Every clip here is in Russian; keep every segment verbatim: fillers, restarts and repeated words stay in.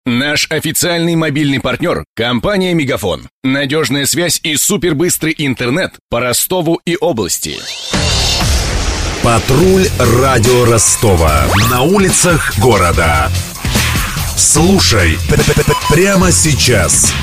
Наш официальный мобильный партнер – компания «Мегафон». Надежная связь и супербыстрый интернет по Ростову и области. Патруль радио Ростова. На улицах города. Слушай прямо сейчас.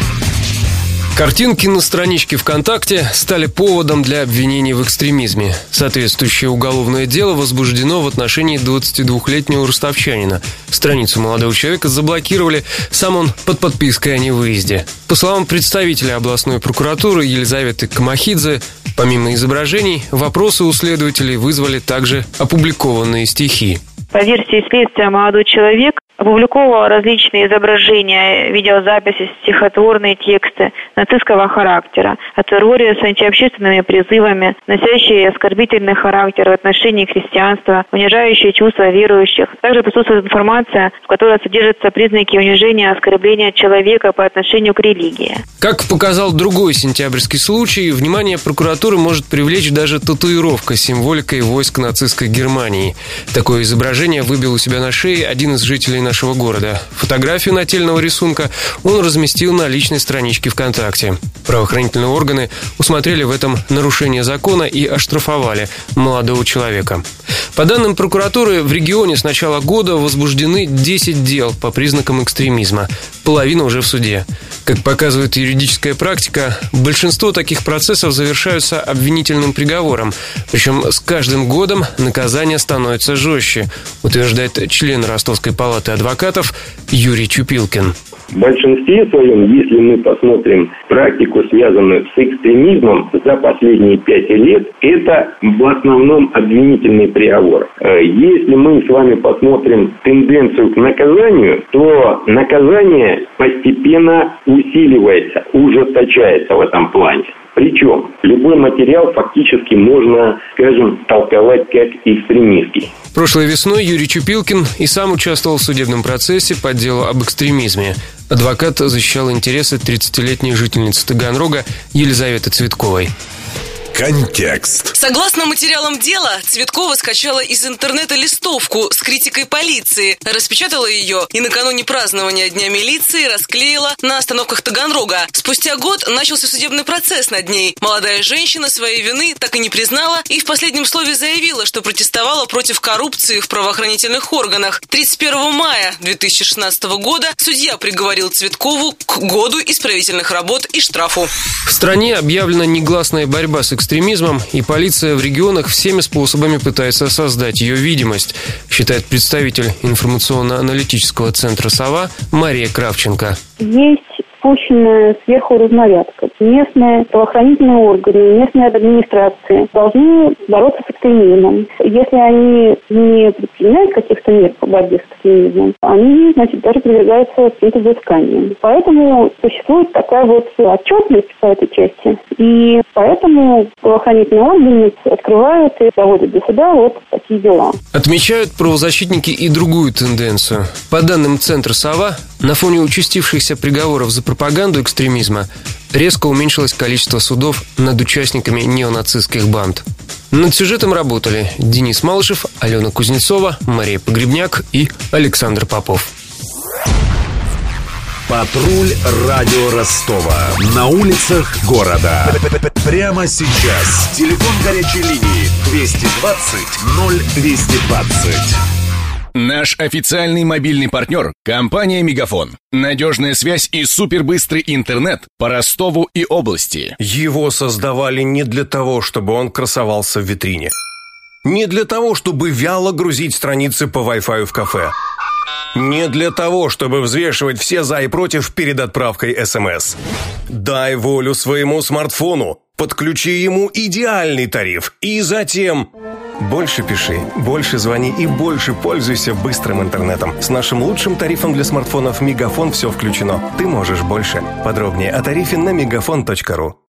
Картинки на страничке ВКонтакте стали поводом для обвинений в экстремизме. Соответствующее уголовное дело возбуждено в отношении двадцатидвухлетнего ростовчанина. Страницу молодого человека заблокировали, сам он под подпиской о невыезде. По словам представителя областной прокуратуры Елизаветы Камахидзе, помимо изображений, вопросы у следователей вызвали также опубликованные стихи. По версии следствия, молодой человек опубликовал различные изображения, видеозаписи, стихотворные тексты нацистского характера о терроре с антиобщественными призывами, носящие оскорбительный характер в отношении христианства, унижающие чувства верующих. Также присутствует информация, в которой содержатся признаки унижения, оскорбления человека по отношению к религии. Как показал другой сентябрьский случай, внимание прокуратуры может привлечь даже татуировка с символикой войск нацистской Германии. Такое изображение выбил у себя на шее один из жителей нашего города. Фотографию нательного рисунка он разместил на личной страничке ВКонтакте. Правоохранительные органы усмотрели в этом нарушение закона и оштрафовали молодого человека. По данным прокуратуры, в регионе с начала года возбуждены десять дел по признакам экстремизма. Половина уже в суде. Как показывает юридическая практика, большинство таких процессов завершаются обвинительным приговором. Причем с каждым годом наказание становится жестче, утверждает член Ростовской палаты адвокатов Юрий Чупилкин. В большинстве своем, если мы посмотрим практику, связанную с экстремизмом за последние пять лет, это в основном обвинительный приговор. Если мы с вами посмотрим тенденцию к наказанию, то наказание постепенно усиливается, ужесточается в этом плане. Причем любой материал фактически можно, скажем, толковать как экстремистский. Прошлой весной Юрий Чупилкин и сам участвовал в судебном процессе по делу об экстремизме. Адвокат защищал интересы тридцатилетней жительницы Таганрога Елизаветы Цветковой. Контекст. Согласно материалам дела, Цветкова скачала из интернета листовку с критикой полиции, распечатала ее и накануне празднования Дня милиции расклеила на остановках Таганрога. Спустя год начался судебный процесс над ней. Молодая женщина своей вины так и не признала и в последнем слове заявила, что протестовала против коррупции в правоохранительных органах. тридцать первого мая две тысячи шестнадцатого года судья приговорил Цветкову к году исправительных работ и штрафу. В стране объявлена негласная борьба с экстремизмом. экстремизмом, и полиция в регионах всеми способами пытается создать ее видимость, считает представитель информационно-аналитического центра «Сова» Мария Кравченко. Есть спущенная сверху разнарядка. Местные правоохранительные органы, местные администрации должны бороться с экстремизмом. Если они не предпринимают каких-то мер по борьбе с экстремизмом, они, значит, даже подвергаются каким-то взысканиям. Поэтому существует такая вот отчетность по этой части. И поэтому правоохранительные органы открывают и доводят до суда вот такие дела. Отмечают правозащитники и другую тенденцию. По данным центра «Сова», на фоне участившихся приговоров за пропаганду экстремизма резко уменьшилось количество судов над участниками неонацистских банд. Над сюжетом работали Денис Малышев, Алена Кузнецова, Мария Погребняк и Александр Попов. Патруль радио Ростова. На улицах города. Прямо сейчас. Телефон горячей линии двести двадцать ноль двести двадцать. Наш официальный мобильный партнер – компания «Мегафон». Надежная связь и супербыстрый интернет по Ростову и области. Его создавали не для того, чтобы он красовался в витрине. Не для того, чтобы вяло грузить страницы по Wi-Fi в кафе. Не для того, чтобы взвешивать все за и против перед отправкой СМС. Дай волю своему смартфону. Подключи ему идеальный тариф. И затем... Больше пиши, больше звони и больше пользуйся быстрым интернетом. С нашим лучшим тарифом для смартфонов «Мегафон» все включено. Ты можешь больше. Подробнее о тарифе на мегафон точка ру.